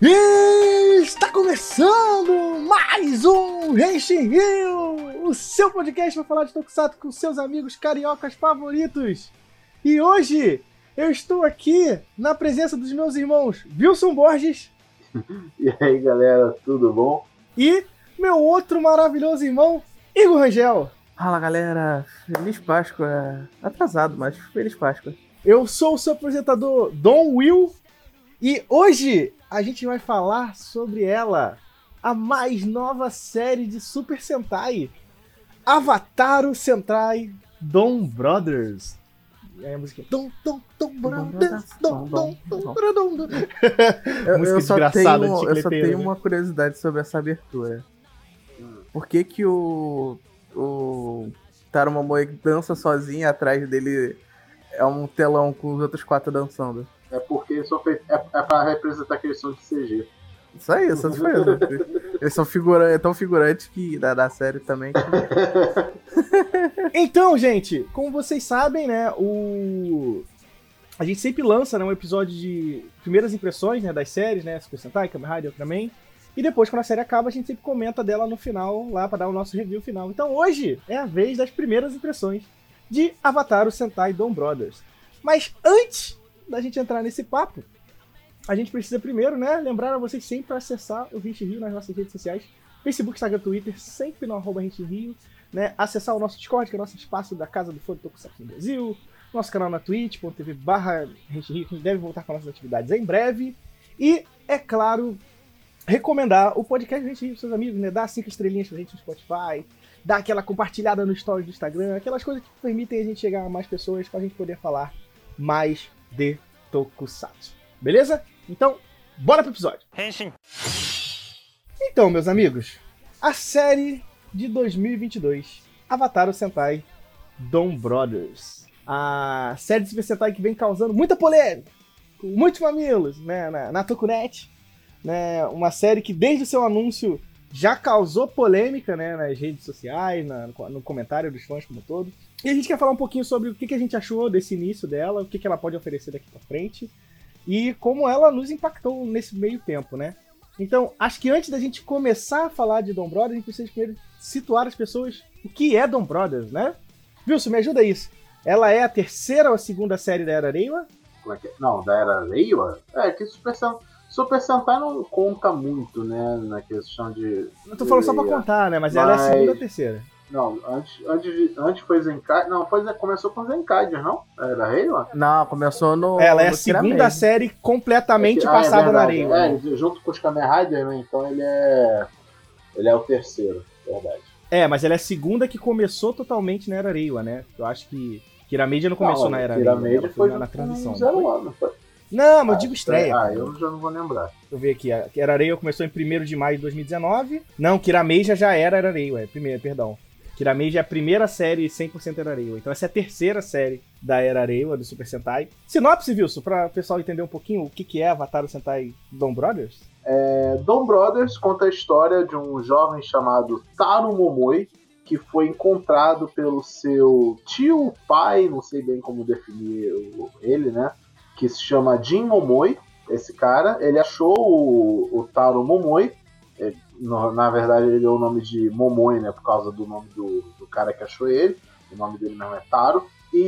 E está começando mais um Henshin Rio, o seu podcast para falar de Tokusatsu com seus amigos cariocas favoritos. E hoje eu estou aqui na presença dos meus irmãos Wilson Borges. E aí galera, tudo bom? E meu outro maravilhoso irmão, Igor Rangel. Fala galera, Feliz Páscoa. Atrasado, mas Feliz Páscoa. Eu sou o seu apresentador, Dom Will. E hoje a gente vai falar sobre ela, a mais nova série de Super Sentai, Avatar Sentai Dom Brothers. E aí a música Dom Brothers, Dom Brothers. Eu só tenho uma curiosidade sobre essa abertura. Por que que o Taro Momoe dança sozinho, atrás dele é um telão com os outros 4 dançando? É porque eles são feitos, é pra representar que eles são de CG. Isso aí, essas coisas. Eles são tão figurantes que da série também. Então, gente, como vocês sabem, né, a gente sempre lança, né, um episódio de primeiras impressões, né, das séries, né, Super Sentai, Kamen Rider, Ultraman. E depois, quando a série acaba, a gente sempre comenta dela no final, lá pra dar o nosso review final. Então hoje é a vez das primeiras impressões de Avatar Sentai Dom Brothers. Mas antes da gente entrar nesse papo, a gente precisa primeiro, né, lembrar a vocês sempre para acessar o Henshin Rio nas nossas redes sociais, Facebook, Instagram, Twitter, sempre no @Henshin Rio, né, acessar o nosso Discord, que é o nosso espaço da Casa do Fã do Tokusatsu no Brasil, nosso canal na twitch.tv/Henshin Rio, que a gente deve voltar com nossas atividades em breve, e, é claro, recomendar o podcast do Henshin Rio para seus amigos, né, dar 5 estrelinhas pra gente no Spotify, dar aquela compartilhada no story do Instagram, aquelas coisas que permitem a gente chegar a mais pessoas pra gente poder falar mais de Tokusatsu. Beleza? Então, bora pro episódio. Henshin. Então, meus amigos, a série de 2022, Avatar Sentai Dom Brothers. A série de Super Sentai que vem causando muita polêmica, com muitos mamilos, né, na Tokunet. Né, uma série que desde o seu anúncio já causou polêmica, né, nas redes sociais, no comentário dos fãs como todo. E a gente quer falar um pouquinho sobre o que a gente achou desse início dela, o que ela pode oferecer daqui pra frente e como ela nos impactou nesse meio tempo, né? Então, acho que antes da gente começar a falar de Dom Brothers, a gente precisa primeiro situar as pessoas o que é Dom Brothers, né? Wilson, me ajuda isso. Ela é a terceira ou a segunda série da Era Reiwa? Como é que é? Não, da Era Reiwa? É que Super Sentai não conta muito, né, na questão de... Não tô falando só pra contar, né, mas ela é a segunda ou a terceira. Não, antes foi Zenkai. Não, começou com Zenkaiger, não? Era Reiwa? Não, começou no... Ela é a segunda série completamente passada na Reiwa. É, junto com os Kamen Rider, né, então ele é o terceiro, verdade. É, mas ela é a segunda que começou totalmente na Era Reiwa, né? Eu acho que Kiramedia não começou na Era Reiwa, ela foi na transição. Não, mas eu digo estreia. Eu já não vou lembrar. Deixa eu ver aqui. A Era Reiwa começou em 1º de maio de 2019. Não, Kiramedia já era Era Reiwa, perdão. Kiramedia é a primeira série 100% Era Reiwa. Então essa é a terceira série da Era Reiwa, do Super Sentai. Sinopse, Wilson, para o pessoal entender um pouquinho o que é Avatar Sentai Dom Brothers? Dom Brothers conta a história de um jovem chamado Taro Momoe, que foi encontrado pelo seu tio, pai, não sei bem como definir ele, né? Que se chama Jin Momoe, esse cara. Ele achou o Taro Momoe. Na verdade, ele é o nome de Momoe, né? Por causa do nome do cara que achou ele. O nome dele mesmo é Taro.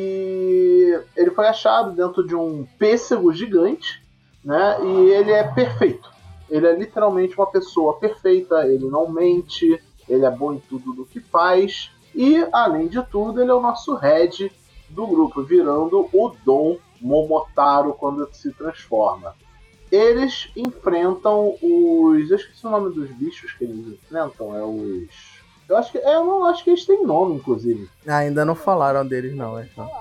E ele foi achado dentro de um pêssego gigante, né? E ele é perfeito. Ele é literalmente uma pessoa perfeita. Ele não mente. Ele é bom em tudo do que faz. E, além de tudo, ele é o nosso head do grupo, virando o Dom Momotaro quando se transforma. Eles enfrentam os... Eu esqueci o nome dos bichos que eles enfrentam. É os... Eu não acho que eles têm nome, inclusive. Ainda não falaram deles, não.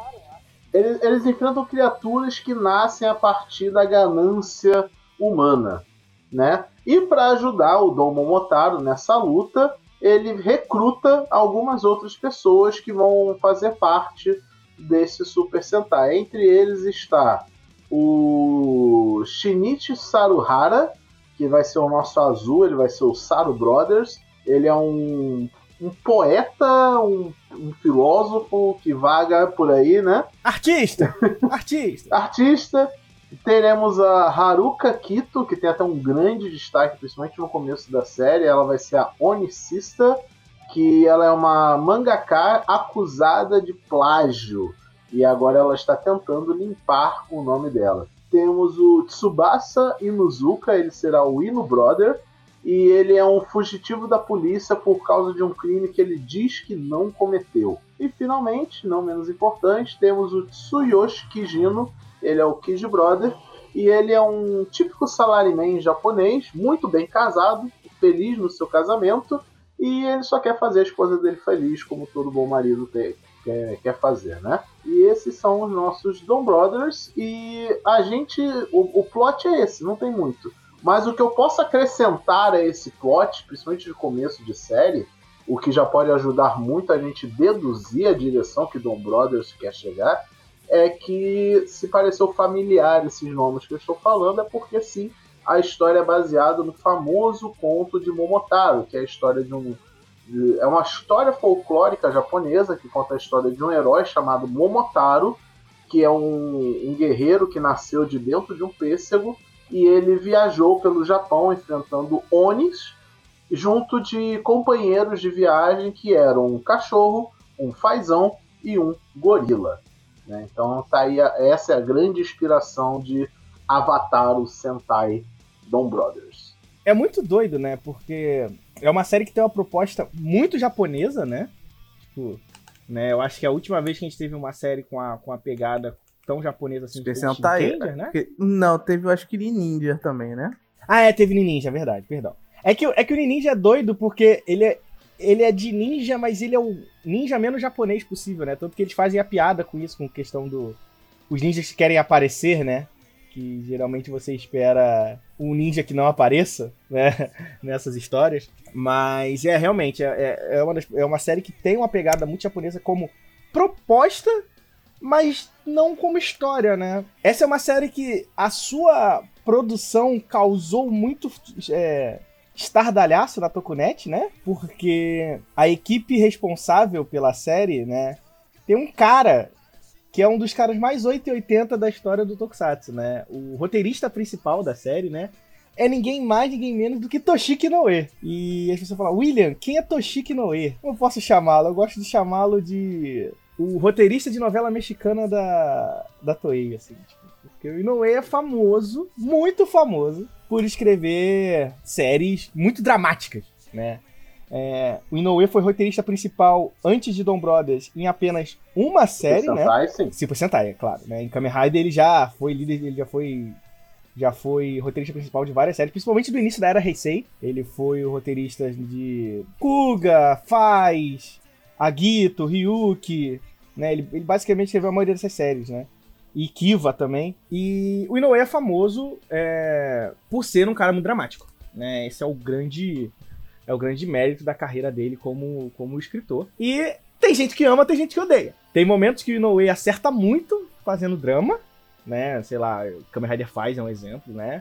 Eles enfrentam criaturas que nascem a partir da ganância humana, né? E para ajudar o Dom Momotaro nessa luta, ele recruta algumas outras pessoas que vão fazer parte desse Super Sentai. Entre eles está o Shinichi Saruhara, que vai ser o nosso azul, ele vai ser o Saru Brothers. Ele é um poeta, um filósofo que vaga por aí, né? Artista! Teremos a Haruka Kito, que tem até um grande destaque, principalmente no começo da série. Ela vai ser a Onicista, que ela é uma mangaka acusada de plágio. E agora ela está tentando limpar o nome dela. Temos o Tsubasa Inuzuka, ele será o Inu Brother. E ele é um fugitivo da polícia por causa de um crime que ele diz que não cometeu. E finalmente, não menos importante, temos o Tsuyoshi Kijino. Ele é o Kiji Brother, e ele é um típico salaryman japonês, muito bem casado, feliz no seu casamento, e ele só quer fazer a esposa dele feliz, como todo bom marido quer fazer, né? E esses são os nossos Dom Brothers, e o plot é esse, não tem muito. Mas o que eu posso acrescentar a esse plot, principalmente de começo de série, o que já pode ajudar muito a gente deduzir a direção que Dom Brothers quer chegar, é que se pareceu familiar esses nomes que eu estou falando, é porque sim, a história é baseada no famoso conto de Momotaro, que é a história é uma história folclórica japonesa que conta a história de um herói chamado Momotaro, que é um guerreiro que nasceu de dentro de um pêssego, e ele viajou pelo Japão enfrentando Onis, junto de companheiros de viagem que eram um cachorro, um fazão e um gorila. Então tá aí, essa é a grande inspiração de Avatar, o Sentai Dom Brothers. É muito doido, né? Porque é uma série que tem uma proposta muito japonesa, né? Tipo, né? Eu acho que a última vez que a gente teve uma série com a pegada tão japonesa assim, foi Sentai, né? Não, teve, eu acho que Ninja também, né? Teve Ninja, verdade, perdão. É que o Ninja é doido porque ele é de ninja, mas ele é o ninja menos japonês possível, né? Tanto que eles fazem a piada com isso, com questão os ninjas que querem aparecer, né? Que geralmente você espera um ninja que não apareça, né? Nessas histórias. Mas realmente, é uma série que tem uma pegada muito japonesa como proposta, mas não como história, né? Essa é uma série que a sua produção causou muito estardalhaço na Tokunet, né? Porque a equipe responsável pela série, né? Tem um cara que é um dos caras mais 880 da história do Tokusatsu, né? O roteirista principal da série, né? É ninguém mais, ninguém menos do que Toshiki Inoue. E as pessoas falam, William, quem é Toshiki Inoue? Como eu posso chamá-lo? Eu gosto de chamá-lo de o roteirista de novela mexicana da Toei, assim, tipo, porque o Inoue é famoso, muito famoso, por escrever séries muito dramáticas, né? O Inoue foi roteirista principal antes de Dom Brothers em apenas uma série, Super Sentai, né? Sim. Super Sentai, é claro, né? Em Kamen Rider ele já foi líder, ele já foi roteirista principal de várias séries, principalmente do início da era Heisei. Ele foi o roteirista de Kuga, Faz, Agito, Ryuki, né? Ele basicamente escreveu a maioria dessas séries, né? E Kiva também. E o Inoue é famoso por ser um cara muito dramático, né? Esse é o grande mérito da carreira dele como escritor. E tem gente que ama, tem gente que odeia. Tem momentos que o Inoue acerta muito fazendo drama, né? Sei lá, Kamen Rider Faz é um exemplo, né?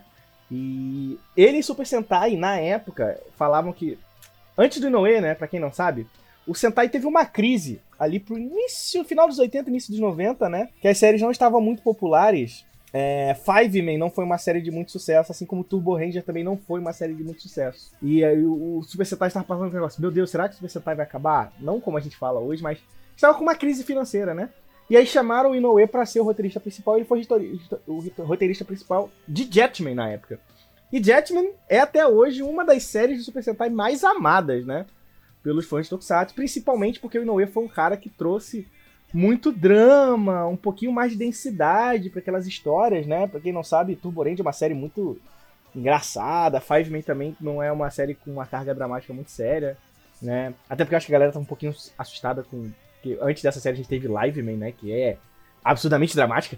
E ele e Super Sentai, na época, falavam que antes do Inoue, né? Pra quem não sabe, o Sentai teve uma crise ali pro final dos 80, início dos 90, né? Que as séries não estavam muito populares. Fiveman não foi uma série de muito sucesso, assim como Turbo Ranger também não foi uma série de muito sucesso. E aí o Super Sentai estava passando com o negócio, meu Deus, será que o Super Sentai vai acabar? Não como a gente fala hoje, mas estava com uma crise financeira, né? E aí chamaram o Inoue para ser o roteirista principal, e ele foi o roteirista principal de Jetman na época. E Jetman é até hoje uma das séries de Super Sentai mais amadas, né? Pelos fãs de Tokusatsu, principalmente porque o Inoue foi um cara que trouxe muito drama, um pouquinho mais de densidade para aquelas histórias, né? Pra quem não sabe, Turbo Ranger é uma série muito engraçada, Fiveman também não é uma série com uma carga dramática muito séria, né? Até porque eu acho que a galera tá um pouquinho assustada com... que antes dessa série a gente teve Liveman, né? Que é absurdamente dramática,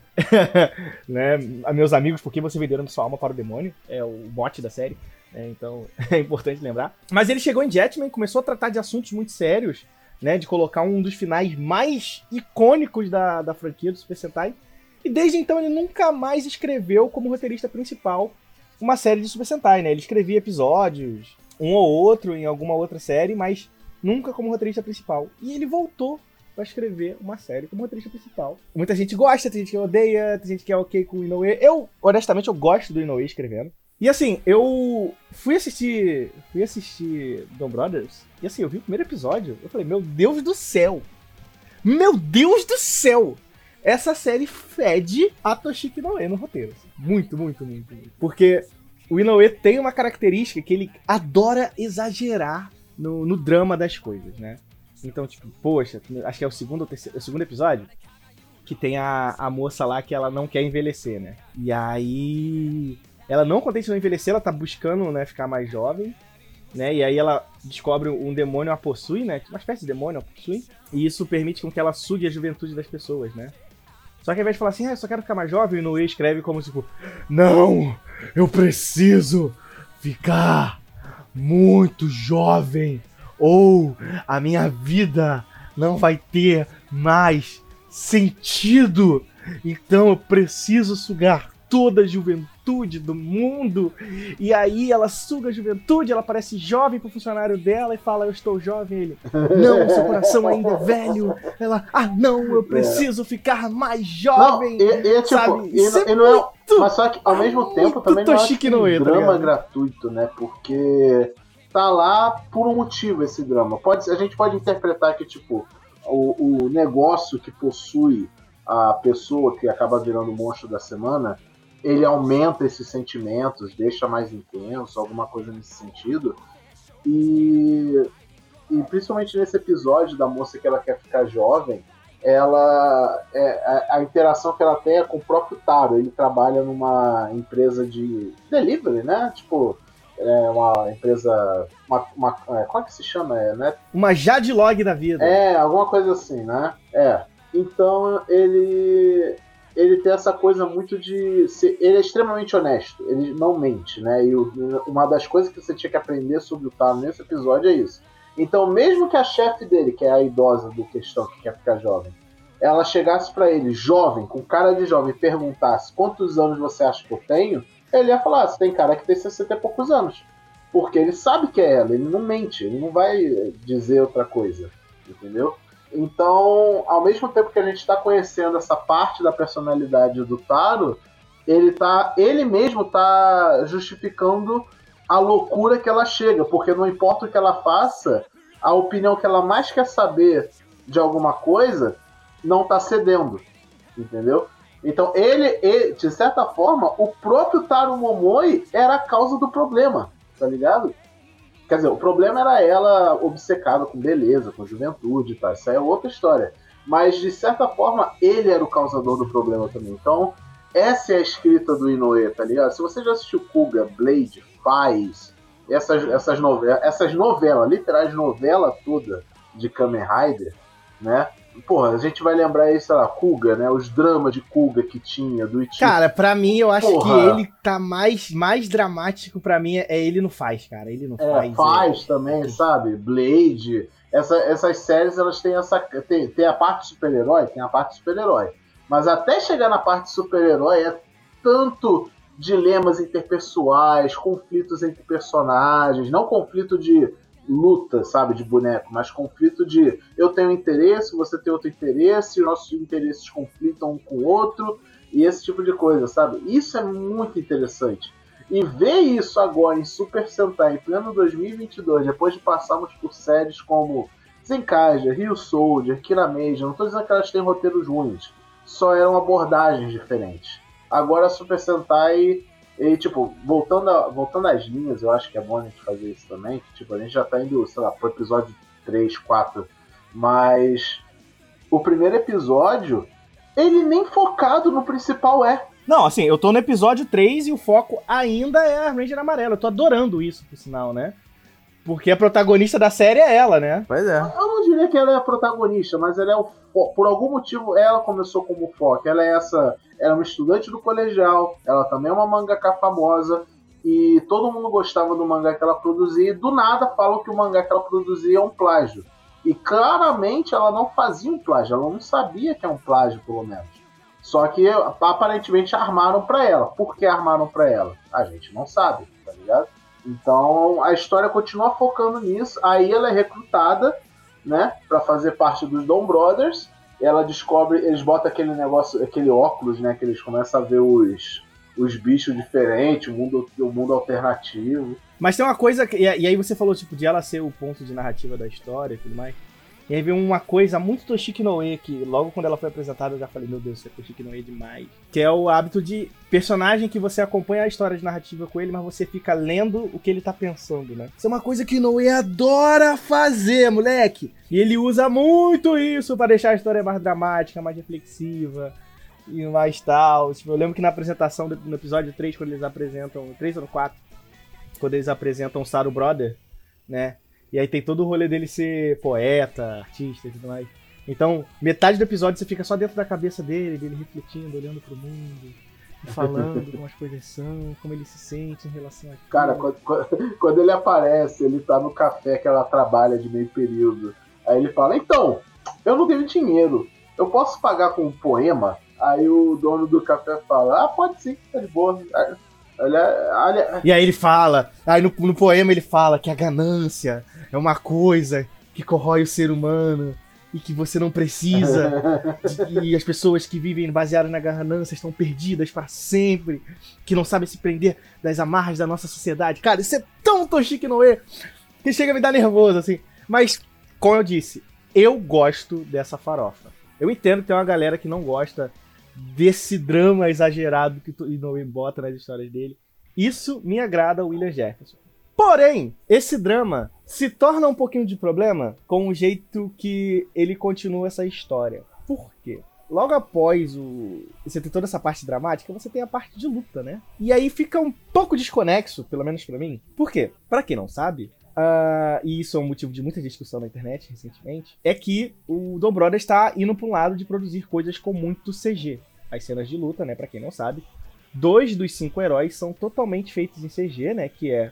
né? Meus amigos, por que você venderam sua alma para o demônio? É o mote da série, né? Então é importante lembrar. Mas ele chegou em Jetman, começou a tratar de assuntos muito sérios, né, de colocar um dos finais mais icônicos da franquia do Super Sentai. E desde então ele nunca mais escreveu como roteirista principal uma série de Super Sentai, né? Ele escrevia episódios, um ou outro, em alguma outra série, mas nunca como roteirista principal. E ele voltou pra escrever uma série como roteirista principal. Muita gente gosta, tem gente que odeia, tem gente que é ok com o Inoue. Eu, honestamente, eu gosto do Inoue escrevendo. E assim, eu fui assistir Dom Brothers, e assim, eu vi o primeiro episódio, eu falei, meu Deus do céu! Meu Deus do céu! Essa série fede a Toshiki Inoue no roteiro. Assim. Muito, muito, muito, muito. Porque o Inoue tem uma característica que ele adora exagerar no drama das coisas, né? Então, tipo, poxa, acho que é o segundo episódio, que tem a moça lá que ela não quer envelhecer, né? E aí ela não contente não envelhecer, ela tá buscando, né, ficar mais jovem, né? E aí ela descobre um demônio a possui, né? Uma espécie de demônio a possui. E isso permite com que ela sugue a juventude das pessoas, né? Só que ao invés de falar assim, eu só quero ficar mais jovem, o Inoue escreve como tipo, não, eu preciso ficar muito jovem, ou a minha vida não vai ter mais sentido. Então eu preciso sugar toda a juventude do mundo. E aí ela suga a juventude, ela parece jovem pro funcionário dela e fala, eu estou jovem. Ele, não, seu coração ainda é velho. Ela, não, eu preciso ficar mais jovem. Não, sabe? E não é, mas só que ao mesmo tempo também não é um drama gratuito, né? Porque tá lá por um motivo esse drama. A gente pode interpretar que, tipo, o negócio que possui a pessoa que acaba virando o monstro da semana, ele aumenta esses sentimentos, deixa mais intenso, alguma coisa nesse sentido. E principalmente nesse episódio da moça que ela quer ficar jovem, a interação que ela tem é com o próprio Taro. Ele trabalha numa empresa de delivery, né? Tipo, uma empresa... como é que se chama? Né? Uma Jadlog da vida. Alguma coisa assim, né? Então, ele tem essa coisa muito de... ele é extremamente honesto, ele não mente, né? E uma das coisas que você tinha que aprender sobre o Taro nesse episódio é isso. Então, mesmo que a chefe dele, que é a idosa do questão, que quer ficar jovem, ela chegasse pra ele, jovem, com cara de jovem, e perguntasse quantos anos você acha que eu tenho, ele ia falar, você tem cara que tem 60 e poucos anos. Porque ele sabe que é ela, ele não mente, ele não vai dizer outra coisa, entendeu? Então, ao mesmo tempo que a gente está conhecendo essa parte da personalidade do Taro, ele mesmo está justificando a loucura que ela chega, porque não importa o que ela faça, a opinião que ela mais quer saber de alguma coisa não está cedendo, entendeu? Então, ele, de certa forma, o próprio Taro Momoi era a causa do problema, tá ligado? Quer dizer, o problema era ela obcecada com beleza, com juventude e tal. Isso aí é outra história. Mas, de certa forma, ele era o causador do problema também. Então, essa é a escrita do Inoue, tá ligado? Se você já assistiu Kuga, Blade, Faiz, essas novelas, literais novela toda de Kamen Rider, né? Porra, a gente vai lembrar aí, sei lá, Kuga, né? Os dramas de Kuga que tinha, do Ichigo. Cara, pra mim, eu acho que ele tá mais dramático pra mim, ele não faz, cara. Ele não faz. Faz também, sabe? Blade. Essas séries, elas têm tem a parte super-herói, tem a parte super-herói. Mas até chegar na parte super-herói é tanto dilemas interpessoais, conflitos entre personagens, não conflito de luta, sabe, de boneco, mas conflito de eu tenho interesse, você tem outro interesse, nossos interesses conflitam um com o outro, e esse tipo de coisa, sabe? Isso é muito interessante. E ver isso agora em Super Sentai, em pleno 2022, depois de passarmos por séries como Zenkaiger, Rio Soldier, Kirameja, não estou dizendo que elas têm roteiros ruins, só eram abordagens diferentes. Agora a Super Sentai... E, tipo, voltando às linhas, eu acho que é bom a gente fazer isso também. Tipo, a gente já tá indo, sei lá, pro episódio 3, 4. Mas o primeiro episódio, ele nem focado no principal é. Não, assim, eu tô no episódio 3 e o foco ainda é a Ranger Amarela. Eu tô adorando isso, por sinal, né? Porque a protagonista da série é ela, né? Pois é. Eu não diria que ela é a protagonista, mas ela é o foco. Por algum motivo, ela começou como foco. Ela é uma estudante do colegial, ela também é uma mangaka famosa, e todo mundo gostava do mangá que ela produzia, e do nada falam que o mangá que ela produzia é um plágio. E claramente ela não fazia um plágio, ela não sabia que é um plágio, pelo menos. Só que aparentemente armaram pra ela. Por que armaram pra ela? A gente não sabe, tá ligado? Então a história continua focando nisso, aí ela é recrutada né, pra fazer parte dos Dom Brothers. Ela descobre, eles botam aquele negócio, aquele óculos, né, que eles começam a ver os bichos diferentes, o mundo alternativo. Mas tem uma coisa, e aí você falou, tipo, de ela ser o ponto de narrativa da história e tudo mais. E aí veio uma coisa muito Toshiki no E, que logo quando ela foi apresentada eu já falei, meu Deus, isso é Toshiki no E demais. Que é o hábito de personagem que você acompanha a história de narrativa com ele, mas você fica lendo o que ele tá pensando, né? Isso é uma coisa que Inoue adora fazer, moleque! E ele usa muito isso pra deixar a história mais dramática, mais reflexiva e mais tal. Tipo, eu lembro que na apresentação, no episódio 3, quando eles apresentam, 3 ou no 4, quando eles apresentam o Saru Brother, né? E aí tem todo o rolê dele ser poeta, artista e tudo mais. Então, metade do episódio você fica só dentro da cabeça dele refletindo, olhando pro mundo, falando como as coisas são, como ele se sente em relação a... Cara, quando ele aparece, ele tá no café que ela trabalha de meio período. Aí ele fala, então, eu não tenho dinheiro, eu posso pagar com um poema? Aí o dono do café fala, pode sim, tá de boa. Olha. E aí ele fala, aí no poema ele fala que a ganância é uma coisa que corrói o ser humano e que você não precisa, e as pessoas que vivem baseadas na ganância estão perdidas para sempre, que não sabem se prender das amarras da nossa sociedade. Cara, isso é tão Toshiki no E que chega a me dar nervoso, assim. Mas, como eu disse, eu gosto dessa farofa. Eu entendo que tem uma galera que não gosta desse drama exagerado que o Inoue bota nas histórias dele. Isso me agrada o William Jefferson. Porém, esse drama se torna um pouquinho de problema com o jeito que ele continua essa história. Por quê? Logo após você ter toda essa parte dramática, você tem a parte de luta, né? E aí fica um pouco desconexo, pelo menos pra mim. Por quê? Pra quem não sabe, e isso é um motivo de muita discussão na internet recentemente, é que o Dom Brothers está indo para um lado de produzir coisas com muito CG. As cenas de luta, né, pra quem não sabe, 2 dos 5 heróis são totalmente feitos em CG, né, que é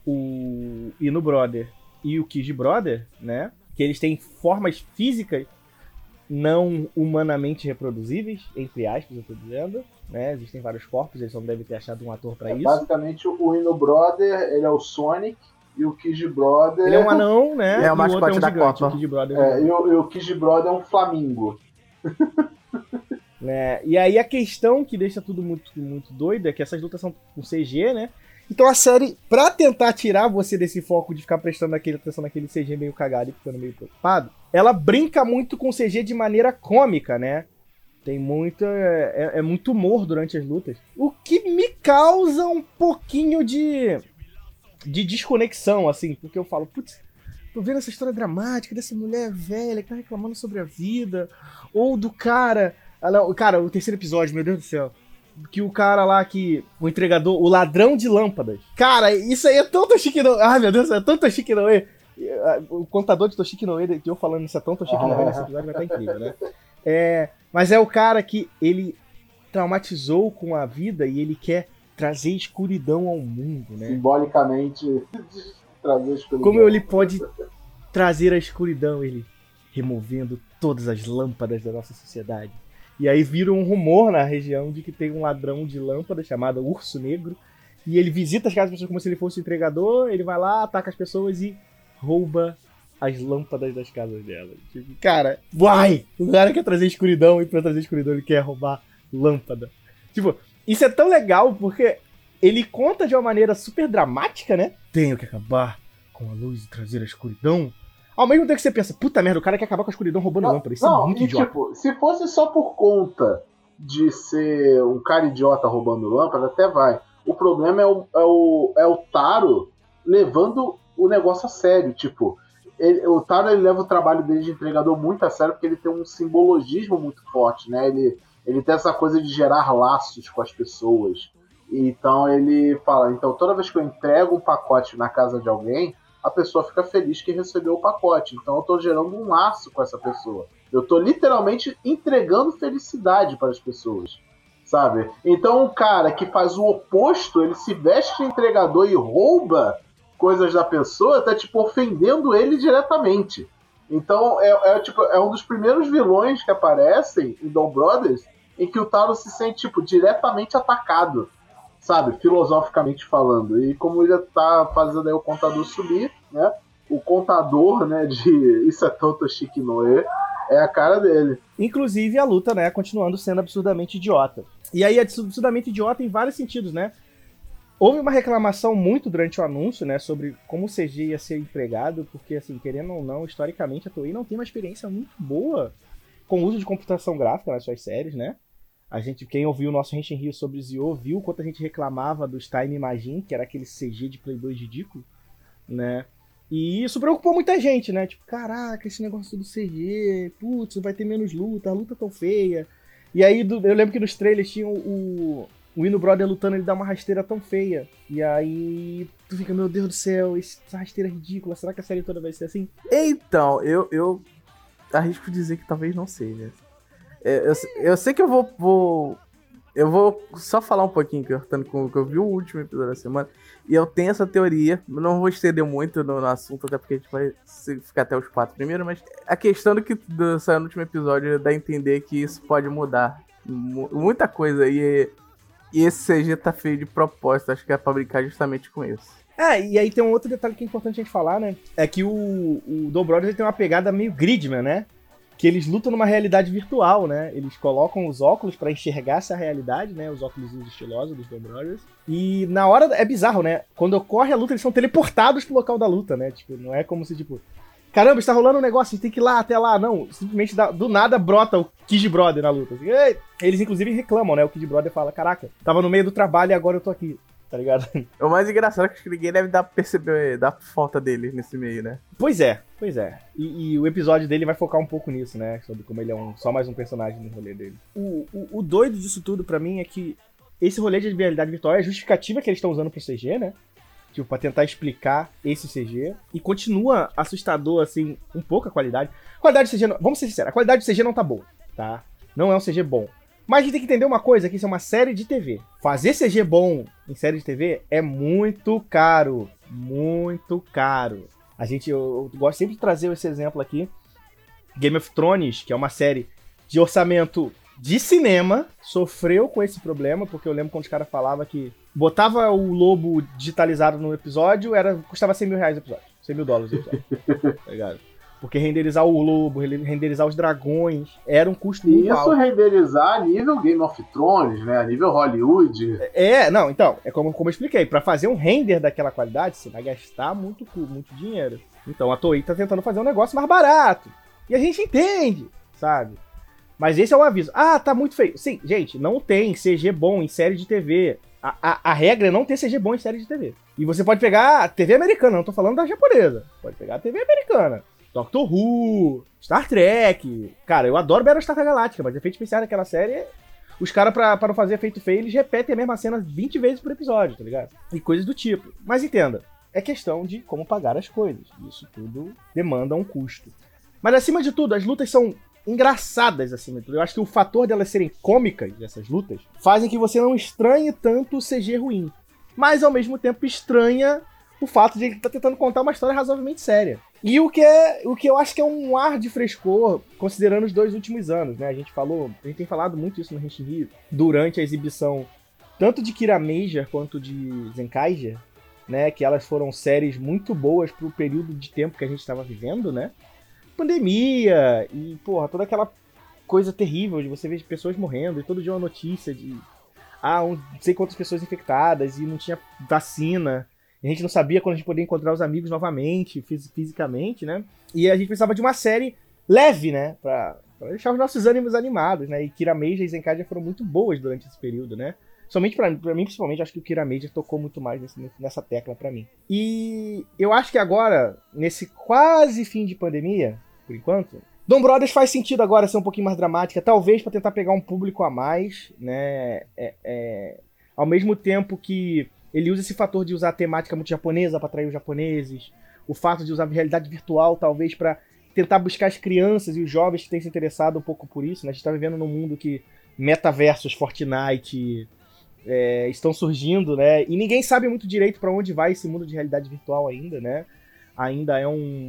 o Ino Brother e o Kiji Brother, né, que eles têm formas físicas não humanamente reproduzíveis, entre aspas, eu tô dizendo, né, existem vários corpos, eles só não devem ter achado um ator pra isso. Basicamente, o Ino Brother, ele é o Sonic, e o Kiji Brother... Ele é um anão, né? É o mascote da gigante, Copa. O Kiji Brother e o Kiji Brother é um flamingo. Né? E aí a questão que deixa tudo muito, muito doido é que essas lutas são com CG, né? Então a série, pra tentar tirar você desse foco de ficar prestando atenção naquele CG meio cagado e ficando meio preocupado, ela brinca muito com CG de maneira cômica, né? Tem muita... É muito humor durante as lutas. O que me causa um pouquinho de desconexão, assim, porque eu falo, putz, tô vendo essa história dramática dessa mulher velha que tá reclamando sobre a vida, ou do cara... Cara, o terceiro episódio, meu Deus do céu, que o cara lá que... O entregador, o ladrão de lâmpadas. Cara, isso aí é tão Toshiki no... Ai, meu Deus, é tão Toshiki no E. O contador de Toshiki no E, que eu falando isso é tão Toshiki no E nesse episódio, vai estar incrível, né? Mas é o cara que ele traumatizou com a vida e ele quer trazer escuridão ao mundo, né? Simbolicamente, trazer escuridão. Como ele pode trazer a escuridão? Ele removendo todas as lâmpadas da nossa sociedade. E aí vira um rumor na região de que tem um ladrão de lâmpadas chamado Urso Negro. E ele visita as casas das pessoas como se ele fosse o entregador. Ele vai lá, ataca as pessoas e rouba as lâmpadas das casas delas. Tipo, cara, uai! O cara quer trazer escuridão e pra trazer escuridão ele quer roubar lâmpada. Tipo, isso é tão legal porque ele conta de uma maneira super dramática, né? Tenho que acabar com a luz e trazer a escuridão. Ao mesmo tempo que você pensa, puta merda, o cara quer acabar com a escuridão roubando lâmpada. Isso é muito idiota. Tipo, se fosse só por conta de ser um cara idiota roubando lâmpada, até vai. O problema é o Taro levando o negócio a sério. Tipo, o Taro ele leva o trabalho dele de entregador muito a sério porque ele tem um simbologismo muito forte, né? Ele tem essa coisa de gerar laços com as pessoas. Então ele fala, então toda vez que eu entrego um pacote na casa de alguém, a pessoa fica feliz que recebeu o pacote. Então eu tô gerando um laço com essa pessoa. Eu tô literalmente entregando felicidade para as pessoas, sabe? Então um cara que faz o oposto, ele se veste de entregador e rouba coisas da pessoa, tá tipo ofendendo ele diretamente. Então é um dos primeiros vilões que aparecem em Dom Brothers em que o Taro se sente tipo diretamente atacado, sabe, filosoficamente falando. E como ele tá fazendo aí o contador subir, né, o contador, né, de Isatoto Shikinoe é a cara dele. Inclusive a luta, né, continuando sendo absurdamente idiota. E aí é absurdamente idiota em vários sentidos, né? Houve uma reclamação muito durante o anúncio, né, sobre como o CG ia ser empregado, porque, assim, querendo ou não, historicamente a Toei não tem uma experiência muito boa com o uso de computação gráfica nas suas séries, né? Quem ouviu o nosso Henshin Rio sobre Zio, viu quanto a gente reclamava dos Time Imagine, que era aquele CG de Play 2 ridículo, né? E isso preocupou muita gente, né? Tipo, caraca, esse negócio do CG, putz, vai ter menos luta, a luta tão feia. E aí, eu lembro que nos trailers tinha o Ino Brother lutando, ele dá uma rasteira tão feia. E aí, tu fica, meu Deus do céu, essa rasteira é ridícula, será que a série toda vai ser assim? Então, eu arrisco dizer que talvez não seja. Eu sei que eu vou só falar um pouquinho, que eu vi o último episódio da semana, e eu tenho essa teoria, não vou estender muito no assunto, até porque a gente vai ficar até os 4 primeiros, mas a questão do que saiu no último episódio dá a entender que isso pode mudar muita coisa, e esse CG tá feio de propósito, acho que é pra brincar justamente com isso. E aí tem um outro detalhe que é importante a gente falar, né, é que o Do Brothers tem uma pegada meio Gridman, né? Que eles lutam numa realidade virtual, né? Eles colocam os óculos pra enxergar essa realidade, né? Os óculos estilosos dos Dome Brothers. E na hora... É bizarro, né? Quando ocorre a luta, eles são teleportados pro local da luta, né? Tipo, não é como se, tipo... Caramba, está rolando um negócio, a gente tem que ir lá, até lá. Não, simplesmente do nada brota o Kid Brother na luta. Assim, eles, inclusive, reclamam, né? O Kid Brother fala, caraca, tava no meio do trabalho e agora eu tô aqui. Tá ligado? O mais engraçado é que ninguém deve perceber da falta dele nesse meio, né? Pois é. E o episódio dele vai focar um pouco nisso, né? Sobre como ele é só mais um personagem no rolê dele. O doido disso tudo, pra mim, é que esse rolê de realidade virtual é a justificativa que eles estão usando pro CG, né? Tipo, pra tentar explicar esse CG. E continua assustador, assim, um pouco a qualidade. A qualidade do CG, vamos ser sinceros, a qualidade do CG não tá boa, tá? Não é um CG bom. Mas a gente tem que entender uma coisa, que isso é uma série de TV. Fazer CG bom em série de TV é muito caro. Muito caro. Eu gosto sempre de trazer esse exemplo aqui. Game of Thrones, que é uma série de orçamento de cinema, sofreu com esse problema, porque eu lembro quando os caras falavam que botava o lobo digitalizado no episódio, custava 100 mil reais o episódio. 100 mil dólares o episódio. Tá ligado? Porque renderizar o lobo, renderizar os dragões, era um custo muito alto. Isso renderizar a nível Game of Thrones, né? A nível Hollywood. Então, é como eu expliquei. Pra fazer um render daquela qualidade, você vai gastar muito dinheiro. Então a Toei tá tentando fazer um negócio mais barato. E a gente entende, sabe? Mas esse é um aviso. Tá muito feio. Sim, gente, não tem CG bom em série de TV. A regra é não ter CG bom em série de TV. E você pode pegar a TV americana, não tô falando da japonesa. Pode pegar a TV americana. Doctor Who, Star Trek. Cara, eu adoro Battlestar Galactica, mas efeito especial daquela série, os caras, pra não fazer efeito feio, eles repetem a mesma cena 20 vezes por episódio, tá ligado? E coisas do tipo. Mas entenda, é questão de como pagar as coisas. Isso tudo demanda um custo. Mas acima de tudo, as lutas são engraçadas, acima de tudo. Eu acho que o fator delas serem cômicas, essas lutas, fazem que você não estranhe tanto o CG ruim. Mas, ao mesmo tempo, estranha o fato de ele estar tentando contar uma história razoavelmente séria. E o que eu acho que é um ar de frescor, considerando os 2 últimos anos, né? A gente tem falado muito isso no Henshin Rio, durante a exibição tanto de Kira Major quanto de Zenkaiger, né? Que elas foram séries muito boas pro período de tempo que a gente estava vivendo, né? Pandemia e, porra, toda aquela coisa terrível de você ver pessoas morrendo e todo dia uma notícia de não sei quantas pessoas infectadas e não tinha vacina. A gente não sabia quando a gente poderia encontrar os amigos novamente, fisicamente, né? E a gente precisava de uma série leve, né? Pra deixar os nossos ânimos animados, né? E Kira Major e Zenkaiger foram muito boas durante esse período, né? Somente pra mim, principalmente, acho que o Kira Major tocou muito mais nessa tecla pra mim. E eu acho que agora, nesse quase fim de pandemia, por enquanto, Dome Brothers faz sentido agora ser um pouquinho mais dramática, talvez pra tentar pegar um público a mais, né? Ao mesmo tempo que ele usa esse fator de usar a temática muito japonesa para atrair os japoneses, o fato de usar realidade virtual talvez para tentar buscar as crianças e os jovens que têm se interessado um pouco por isso, né? A gente está vivendo num mundo que metaversos, Fortnite estão surgindo, né? E ninguém sabe muito direito para onde vai esse mundo de realidade virtual ainda, né? Ainda é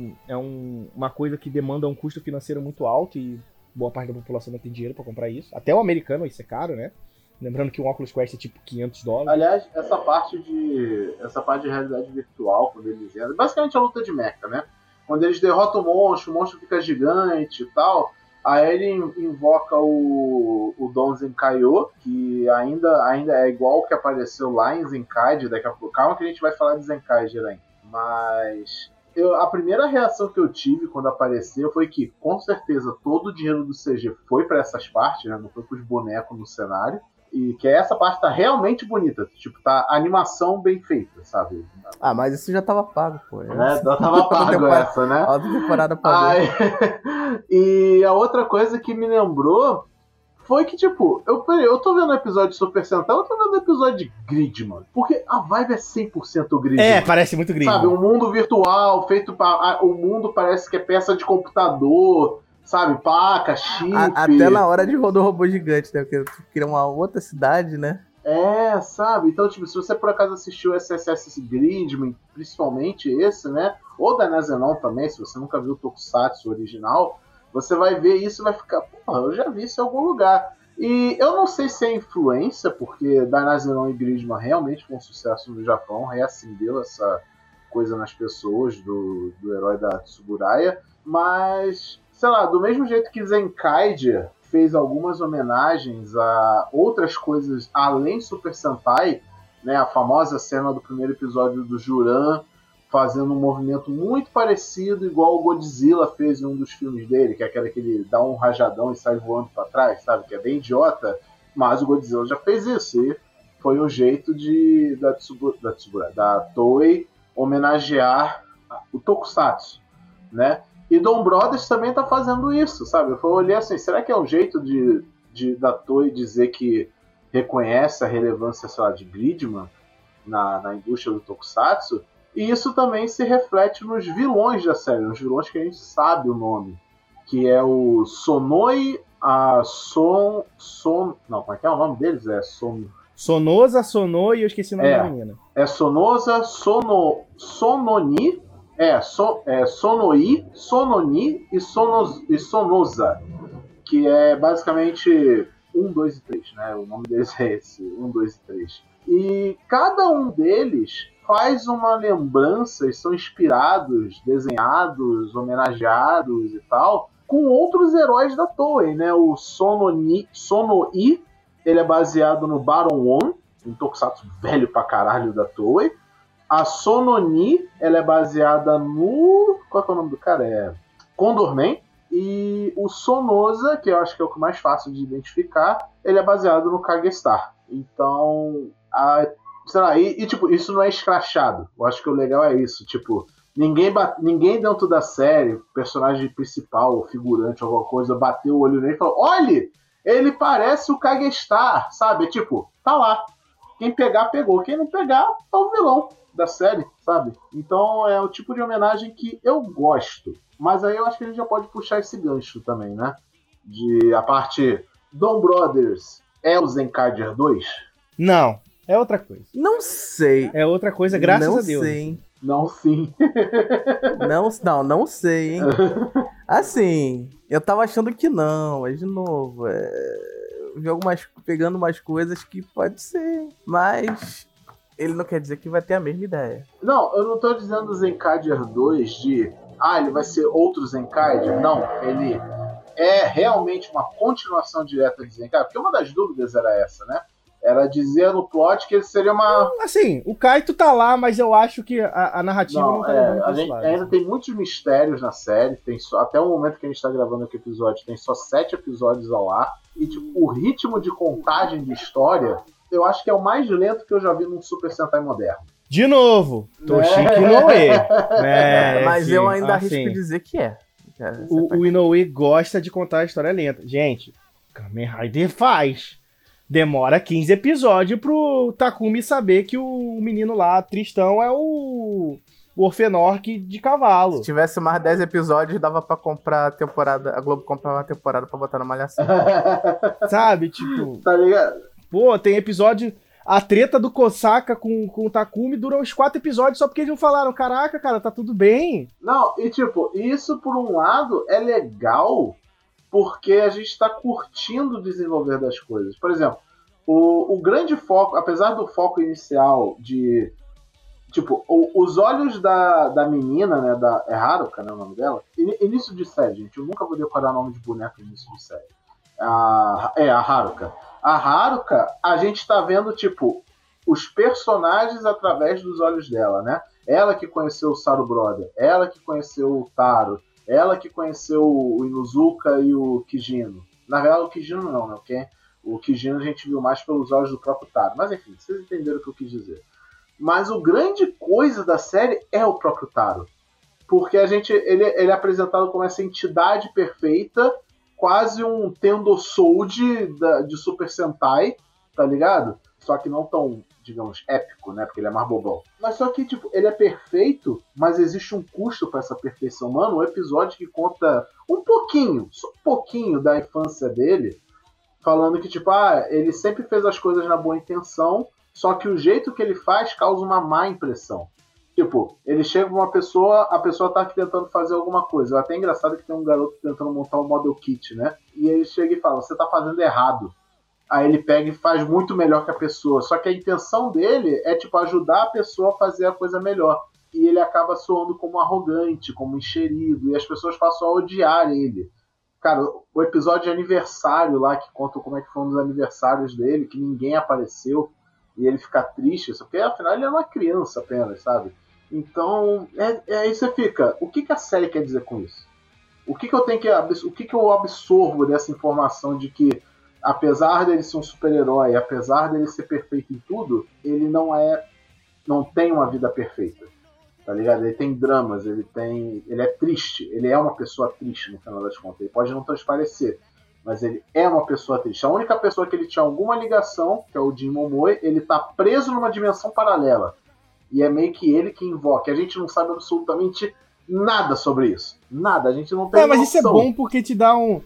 uma coisa que demanda um custo financeiro muito alto e boa parte da população não tem dinheiro para comprar isso. Até o americano isso é caro, né? Lembrando que um Oculus Quest é tipo $500. Aliás, essa parte de realidade virtual, quando eles entram, basicamente a luta de mecha, né? Quando eles derrotam o monstro fica gigante e tal. Aí ele invoca o Don Zenkaio, que ainda é igual o que apareceu lá em Zenkaide. Daqui a pouco, calma que a gente vai falar de Zenkaide, né? Mas a primeira reação que eu tive quando apareceu foi que, com certeza, todo o dinheiro do CG foi para essas partes, né? Não foi para os bonecos no cenário. E que essa parte tá realmente bonita. Tipo, tá animação bem feita, sabe? Ah, mas isso já tava pago, pô. Né? Já tava pago essa, né? A outra temporada pagou. E a outra coisa que me lembrou foi que, tipo, eu tô vendo o episódio de Super Sentai, eu tô vendo o episódio de Gridman. Porque a vibe é 100% Gridman. É, parece muito Gridman. Sabe, um mundo virtual, feito para o mundo parece que é peça de computador, sabe, placa, chip. Até na hora de rodar o robô gigante, né? Porque tu cria uma outra cidade, né? É, sabe? Então, tipo, se você por acaso assistiu SSS Gridman, principalmente esse, né? Ou da Nazenon também, se você nunca viu o Tokusatsu original, você vai ver isso e vai ficar, porra, eu já vi isso em algum lugar. E eu não sei se é influência, porque Dainazenon e Gridman realmente foi um sucesso no Japão, reacendeu essa coisa nas pessoas do herói da Tsuburaya, mas, sei lá, do mesmo jeito que Zenkaide fez algumas homenagens a outras coisas além Super Sentai, né, a famosa cena do primeiro episódio do Juran fazendo um movimento muito parecido, igual o Godzilla fez em um dos filmes dele, que é aquele que ele dá um rajadão e sai voando para trás, sabe? Que é bem idiota, mas o Godzilla já fez isso, e foi um jeito da Toei homenagear o Tokusatsu, né? E Dom Brothers também tá fazendo isso, sabe? Eu olhei assim, será que é um jeito da Toei dizer que reconhece a relevância, sei lá, de Gridman na indústria do Tokusatsu? E isso também se reflete nos vilões da série, nos vilões que a gente sabe o nome, que é o Sonoi, não, como é que é o nome deles? Sonoza, Sonoi e eu esqueci o nome da menina. É Sonoza, Sononi, Sonoi, Sononi e Sonoza, que é basicamente 1, 2 e 3, né? O nome deles é esse, 1, 2 e 3. E cada um deles faz uma lembrança e são inspirados, desenhados, homenageados e tal, com outros heróis da Toei, né? O Sonoi, ele é baseado no Baron One, um tokusatsu velho pra caralho da Toei. A Sononi, ela é baseada no... Qual é o nome do cara? É Condorman. E o Sonoza, que eu acho que é o mais fácil de identificar, ele é baseado no Kagestar. Então, sei lá, tipo, isso não é escrachado. Eu acho que o legal é isso, tipo, ninguém dentro da série, personagem principal ou figurante, alguma coisa, bateu o olho nele e falou, olha, ele parece o Kagestar, sabe? Tipo, tá lá. Quem pegar, pegou. Quem não pegar, é o vilão da série, sabe? Então é o tipo de homenagem que eu gosto. Mas aí eu acho que a gente já pode puxar esse gancho também, né? De a parte Dom Brothers é o Zenkaiger 2? Não, é outra coisa. Não sei. É outra coisa, graças a Deus. Não sei. Não, sim. Não sei, hein? Assim, eu tava achando que não, mas de novo, eu vi pegando umas coisas que pode ser, mas ele não quer dizer que vai ter a mesma ideia. Não, eu não tô dizendo Zenkaiger 2 de ele vai ser outro Zenkaiger. Não, ele é realmente uma continuação direta de Zenkaiger, porque uma das dúvidas era essa, né? Era dizer no plot que ele seria uma... Assim, o Kaito tá lá, mas eu acho que a narrativa não tá levando pra esse lado. Ainda tem muitos mistérios na série, até o momento que a gente tá gravando aqui o episódio, tem só 7 episódios ao ar, e tipo, o ritmo de contagem de história, eu acho que é o mais lento que eu já vi num Super Sentai moderno. De novo, Toshiki Inoue. Mas eu ainda arrisco dizer que é. O Inoue gosta de contar a história lenta. Gente, Kamen Rider faz. Demora 15 episódios pro Takumi saber que o menino lá, Tristão, é o Orfenorque de cavalo. Se tivesse mais 10 episódios, dava pra comprar a temporada. A Globo comprar uma temporada pra botar na Malhação. Sabe, tipo... Tá ligado? Pô, tem episódio... A treta do Kosaka com o Takumi dura uns 4 episódios só porque eles não falaram, caraca, cara, tá tudo bem. Não, e tipo, isso por um lado é legal porque a gente tá curtindo o desenvolver das coisas. Por exemplo, O grande foco, apesar do foco inicial de... Tipo, os olhos da menina, né? É Haruka, né, o nome dela? Início de série, gente. Eu nunca vou decorar nome de boneco início de série. A Haruka. A Haruka, a gente tá vendo, tipo, os personagens através dos olhos dela, né? Ela que conheceu o Saru Brother, ela que conheceu o Taro, ela que conheceu o Inuzuka e o Kijino. Na verdade, o Kijino não, né? Okay? O Kijino a gente viu mais pelos olhos do próprio Taro. Mas enfim, vocês entenderam o que eu quis dizer. Mas o grande coisa da série é o próprio Taro. Porque ele é apresentado como essa entidade perfeita, quase um Tendosouji de Super Sentai, tá ligado? Só que não tão, digamos, épico, né? Porque ele é mais bobão. Mas só que, tipo, ele é perfeito, mas existe um custo para essa perfeição. Mano, um episódio que conta um pouquinho, só um pouquinho da infância dele, falando que, tipo, ele sempre fez as coisas na boa intenção, só que o jeito que ele faz causa uma má impressão. Tipo, ele chega pra uma pessoa, a pessoa tá tentando fazer alguma coisa. É até engraçado que tem um garoto tentando montar um model kit, né? E ele chega e fala, você tá fazendo errado. Aí ele pega e faz muito melhor que a pessoa. Só que a intenção dele é, tipo, ajudar a pessoa a fazer a coisa melhor. E ele acaba soando como arrogante, como enxerido. E as pessoas passam a odiar ele. Cara, o episódio de aniversário lá, que conta como é que foram os aniversários dele, que ninguém apareceu. E ele fica triste, porque afinal ele é uma criança apenas, sabe? Então, aí você fica, o que a série quer dizer com isso? O que eu absorvo dessa informação de que, apesar dele ser um super-herói, apesar dele ser perfeito em tudo, ele não tem uma vida perfeita, tá ligado? Ele tem dramas, ele é triste, ele é uma pessoa triste no final das contas, ele pode não transparecer, mas ele é uma pessoa triste. A única pessoa que ele tinha alguma ligação, que é o Jin Momoi, ele tá preso numa dimensão paralela. E é meio que ele que invoca. A gente não sabe absolutamente nada sobre isso. Nada, a gente não tem mas noção. Isso é bom porque te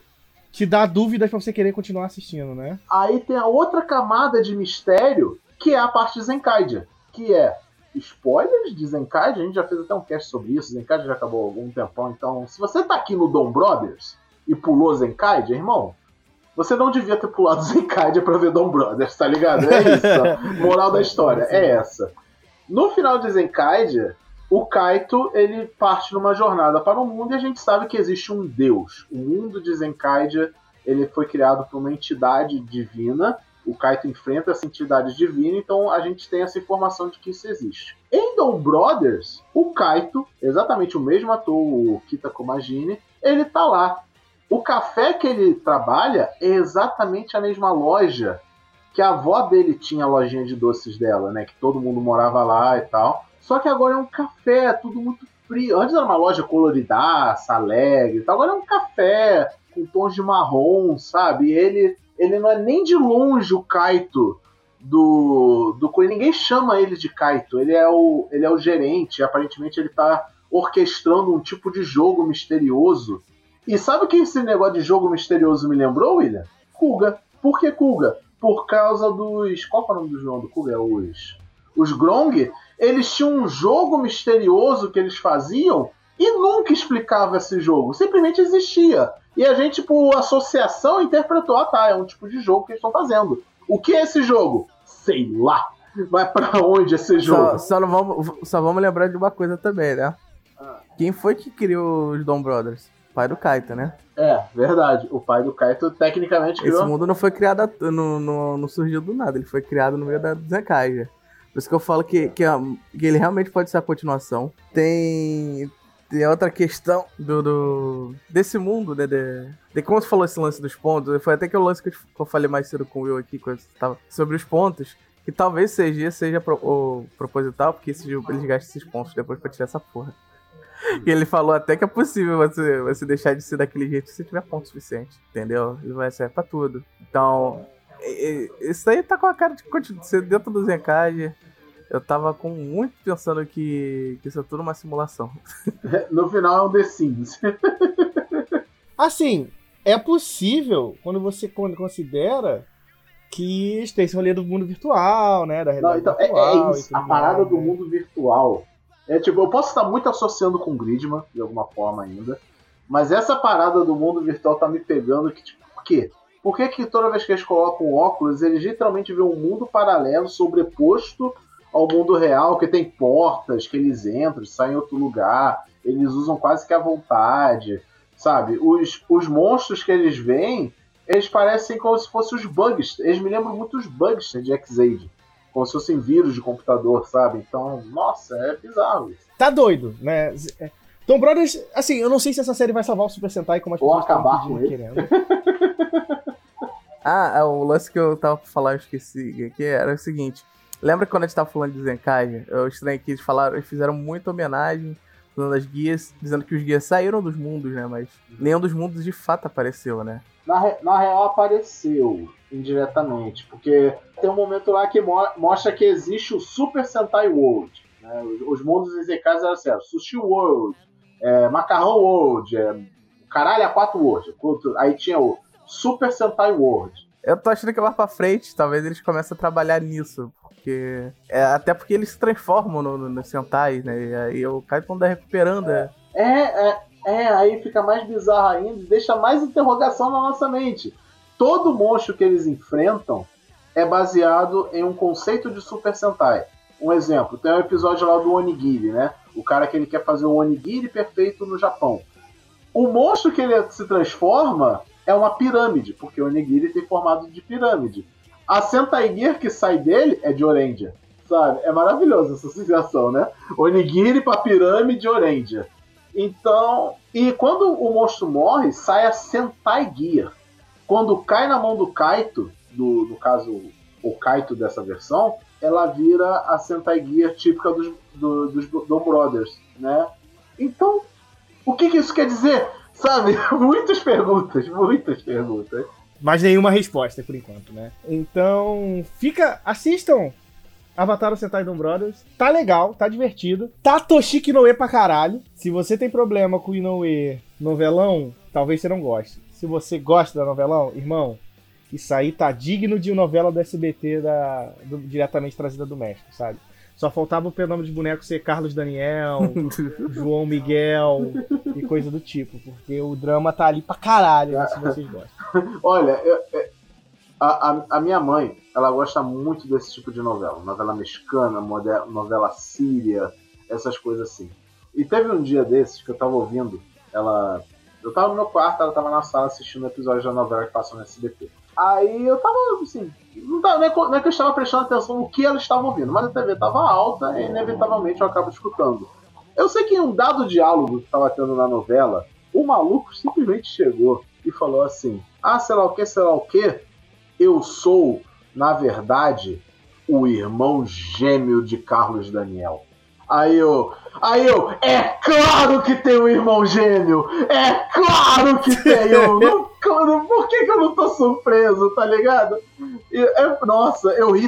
dá dúvidas pra você querer continuar assistindo, né? Aí tem a outra camada de mistério, que é a parte de Zenkaiger, que é spoilers de Zenkaiger. A gente já fez até um cast sobre isso. Zenkaiger já acabou há algum tempão. Então, se você tá aqui no Dom Brothers e pulou Zenkaiger, irmão, você não devia ter pulado Zenkaiger pra ver Dom Brothers, tá ligado? É isso. Moral da história é essa. No final de Zenkaiger, o Kaito, ele parte numa jornada para o mundo e a gente sabe que existe um deus. O mundo de Zenkaiger, ele foi criado por uma entidade divina. O Kaito enfrenta essa entidade divina, então a gente tem essa informação de que isso existe. Em Dom Brothers, o Kaito, exatamente o mesmo ator, o Kita Komagine, ele tá lá. O café que ele trabalha é exatamente a mesma loja que a avó dele tinha a lojinha de doces dela, né? Que todo mundo morava lá e tal. Só que agora é um café, tudo muito frio. Antes era uma loja coloridaça, alegre e tal. Agora é um café com tons de marrom, sabe? E ele não é nem de longe o Kaito do ninguém chama ele de Kaito. Ele é o gerente. Aparentemente ele tá orquestrando um tipo de jogo misterioso. E sabe o que esse negócio de jogo misterioso me lembrou, William? Kuga. Por que Kuga? Por causa dos... Qual é o nome do jogo do Kuga? Os Grong. Eles tinham um jogo misterioso que eles faziam e nunca explicava esse jogo. Simplesmente existia. E a gente, por associação, interpretou, é um tipo de jogo que eles estão fazendo. O que é esse jogo? Sei lá. Vai pra onde esse jogo? Só vamos lembrar de uma coisa também, né? Quem foi que criou os Dom Brothers? O pai do Kaito, né? É, verdade. O pai do Kaito tecnicamente criou... Esse mundo não foi criado, não surgiu do nada. Ele foi criado no meio da Zenkaiger. Por isso que eu falo que ele realmente pode ser a continuação. Tem outra questão desse mundo, né? De como você falou esse lance dos pontos. Foi até que o lance que eu falei mais cedo com o Will aqui, sobre os pontos. Que talvez seja proposital, porque eles gastam esses pontos depois pra tirar essa porra. E ele falou até que é possível você deixar de ser daquele jeito se tiver ponto suficiente, entendeu? Ele vai ser pra tudo. Então, isso aí tá com a cara de ser dentro do Zenkaiger. Eu tava muito pensando que isso é tudo uma simulação. No final é um The Sims. Assim, é possível quando você considera que tem esse rolê do mundo virtual, né? Da realidade virtual. É isso. A parada do mundo virtual... eu posso estar muito associando com Gridman, de alguma forma ainda, mas essa parada do mundo virtual tá me pegando que, por quê? Por que toda vez que eles colocam óculos, eles literalmente vêem um mundo paralelo sobreposto ao mundo real, que tem portas, que eles entram, saem em outro lugar, eles usam quase que à vontade, sabe? Os monstros que eles veem, eles parecem como se fossem os bugs, eles me lembram muito os bugs de X-Aid, como se fossem vírus de computador, sabe? Então, nossa, é bizarro isso. Tá doido, né? Dom Brothers, assim, eu não sei se essa série vai salvar o Super Sentai como as pessoas acabar com ele. Querendo. O lance que eu tava pra falar, eu esqueci, que era o seguinte. Lembra quando a gente tava falando de Zenkai? Eu estranhei que eles fizeram muita homenagem, dando as guias, dizendo que os guias saíram dos mundos, né? Mas nenhum dos mundos de fato apareceu, né? Na real apareceu indiretamente, porque tem um momento lá que mostra que existe o Super Sentai World, né? Os mundos em Zenkais eram assim, Sushi World, Macarrão World, Caralho a 4 World, aí tinha o Super Sentai World. Eu tô achando que lá pra frente, talvez eles comecem a trabalhar nisso, porque até porque eles se transformam no Sentai, né? E aí o Kaito tá recuperando. Aí fica mais bizarro ainda e deixa mais interrogação na nossa mente. Todo monstro que eles enfrentam é baseado em um conceito de Super Sentai. Um exemplo, tem um episódio lá do Onigiri, né? O cara que ele quer fazer um Onigiri perfeito no Japão. O monstro que ele se transforma é uma pirâmide, porque o Onigiri tem formato de pirâmide. A Sentai Gear que sai dele é de Orandia, sabe? É maravilhoso essa associação, né? Onigiri pra pirâmide Orandia. Então, e quando o monstro morre, sai a Sentai Gear. Quando cai na mão do Kaito, no caso, o Kaito dessa versão, ela vira a Sentai Gear típica dos Dom Brothers, né? Então, o que isso quer dizer? Sabe? Muitas perguntas. Mas nenhuma resposta, por enquanto, né? Então, assistam Avatar Sentai Dom Brothers. Tá legal, tá divertido. Tá Toshiki Inoue pra caralho. Se você tem problema com o Inoue novelão, talvez você não goste. Se você gosta da novelão, irmão, isso aí tá digno de novela do SBT diretamente trazida do México, sabe? Só faltava o prenome de boneco ser Carlos Daniel, João Miguel e coisa do tipo, porque o drama tá ali pra caralho, se vocês gostam. Olha, a minha mãe, ela gosta muito desse tipo de novela mexicana, novela síria, essas coisas assim. E teve um dia desses que eu tava ouvindo, eu tava no meu quarto, ela tava na sala assistindo um episódio da novela que passou no SBT. Aí eu tava assim, não é que eu estava prestando atenção no que ela estava ouvindo, mas a TV tava alta e inevitavelmente eu acabo escutando. Eu sei que em um dado diálogo que tava tendo na novela, o maluco simplesmente chegou e falou assim: sei lá o que, eu sou, na verdade, o irmão gêmeo de Carlos Daniel. Aí eu, é claro que tem um irmão gêmeo! É claro que tem um! Por que eu não tô surpreso, tá ligado? Nossa, eu ri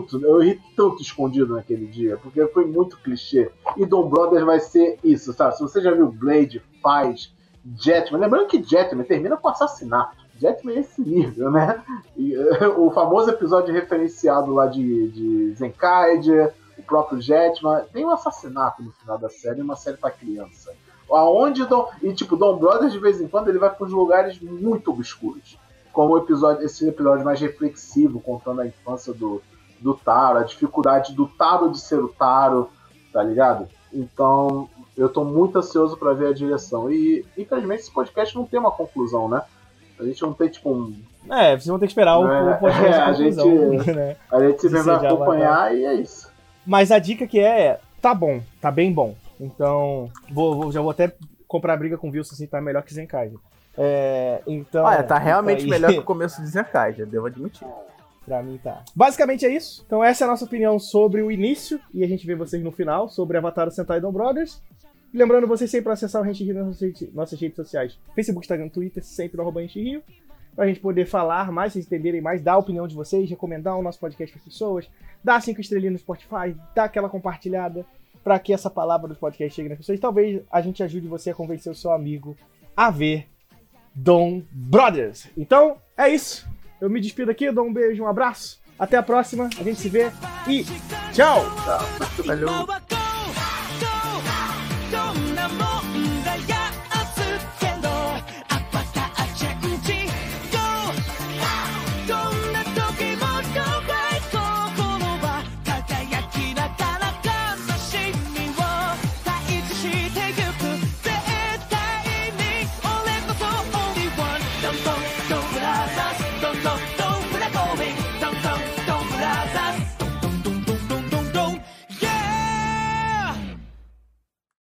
tanto escondido naquele dia, porque foi muito clichê. E Dom Brothers vai ser isso, sabe? Se você já viu Blade, Faz, Jetman, lembrando que Jetman termina com assassinato. Jetman é esse nível, né? E, o famoso episódio referenciado lá de Zenkaid, o próprio Jetman, tem um assassinato no final da série, uma série pra criança. Aonde Dom Brothers, de vez em quando, ele vai para uns lugares muito obscuros. Como esse episódio mais reflexivo, contando a infância do Taro, a dificuldade do Taro de ser o Taro, tá ligado? Então, eu tô muito ansioso para ver a direção. E, infelizmente, esse podcast não tem uma conclusão, né? A gente não tem, vocês vão ter que esperar o podcast a gente sempre vai acompanhar e é isso. Mas a dica que tá bom, tá bem bom. Então, já vou até comprar briga com o Wilson, assim, tá melhor que Zenkai. Então, olha, tá realmente melhor que o começo de Zenkai, já devo admitir. Pra mim tá. Basicamente é isso. Então essa é a nossa opinião sobre o início, e a gente vê vocês no final, sobre Avatar Sentai Dom Brothers. E lembrando vocês sempre acessar o Renchi Rio nas nossas redes sociais. Facebook, Instagram, Twitter, sempre no @Renchi Rio. Pra gente poder falar mais, vocês entenderem mais, dar a opinião de vocês, recomendar o nosso podcast para as pessoas, dar 5 estrelinhas no Spotify, dar aquela compartilhada, para que essa palavra do podcast chegue nas pessoas. Talvez a gente ajude você a convencer o seu amigo a ver Dom Brothers. Então, é isso. Eu me despido aqui, dou um beijo, um abraço. Até a próxima, a gente se vê e tchau! Valeu!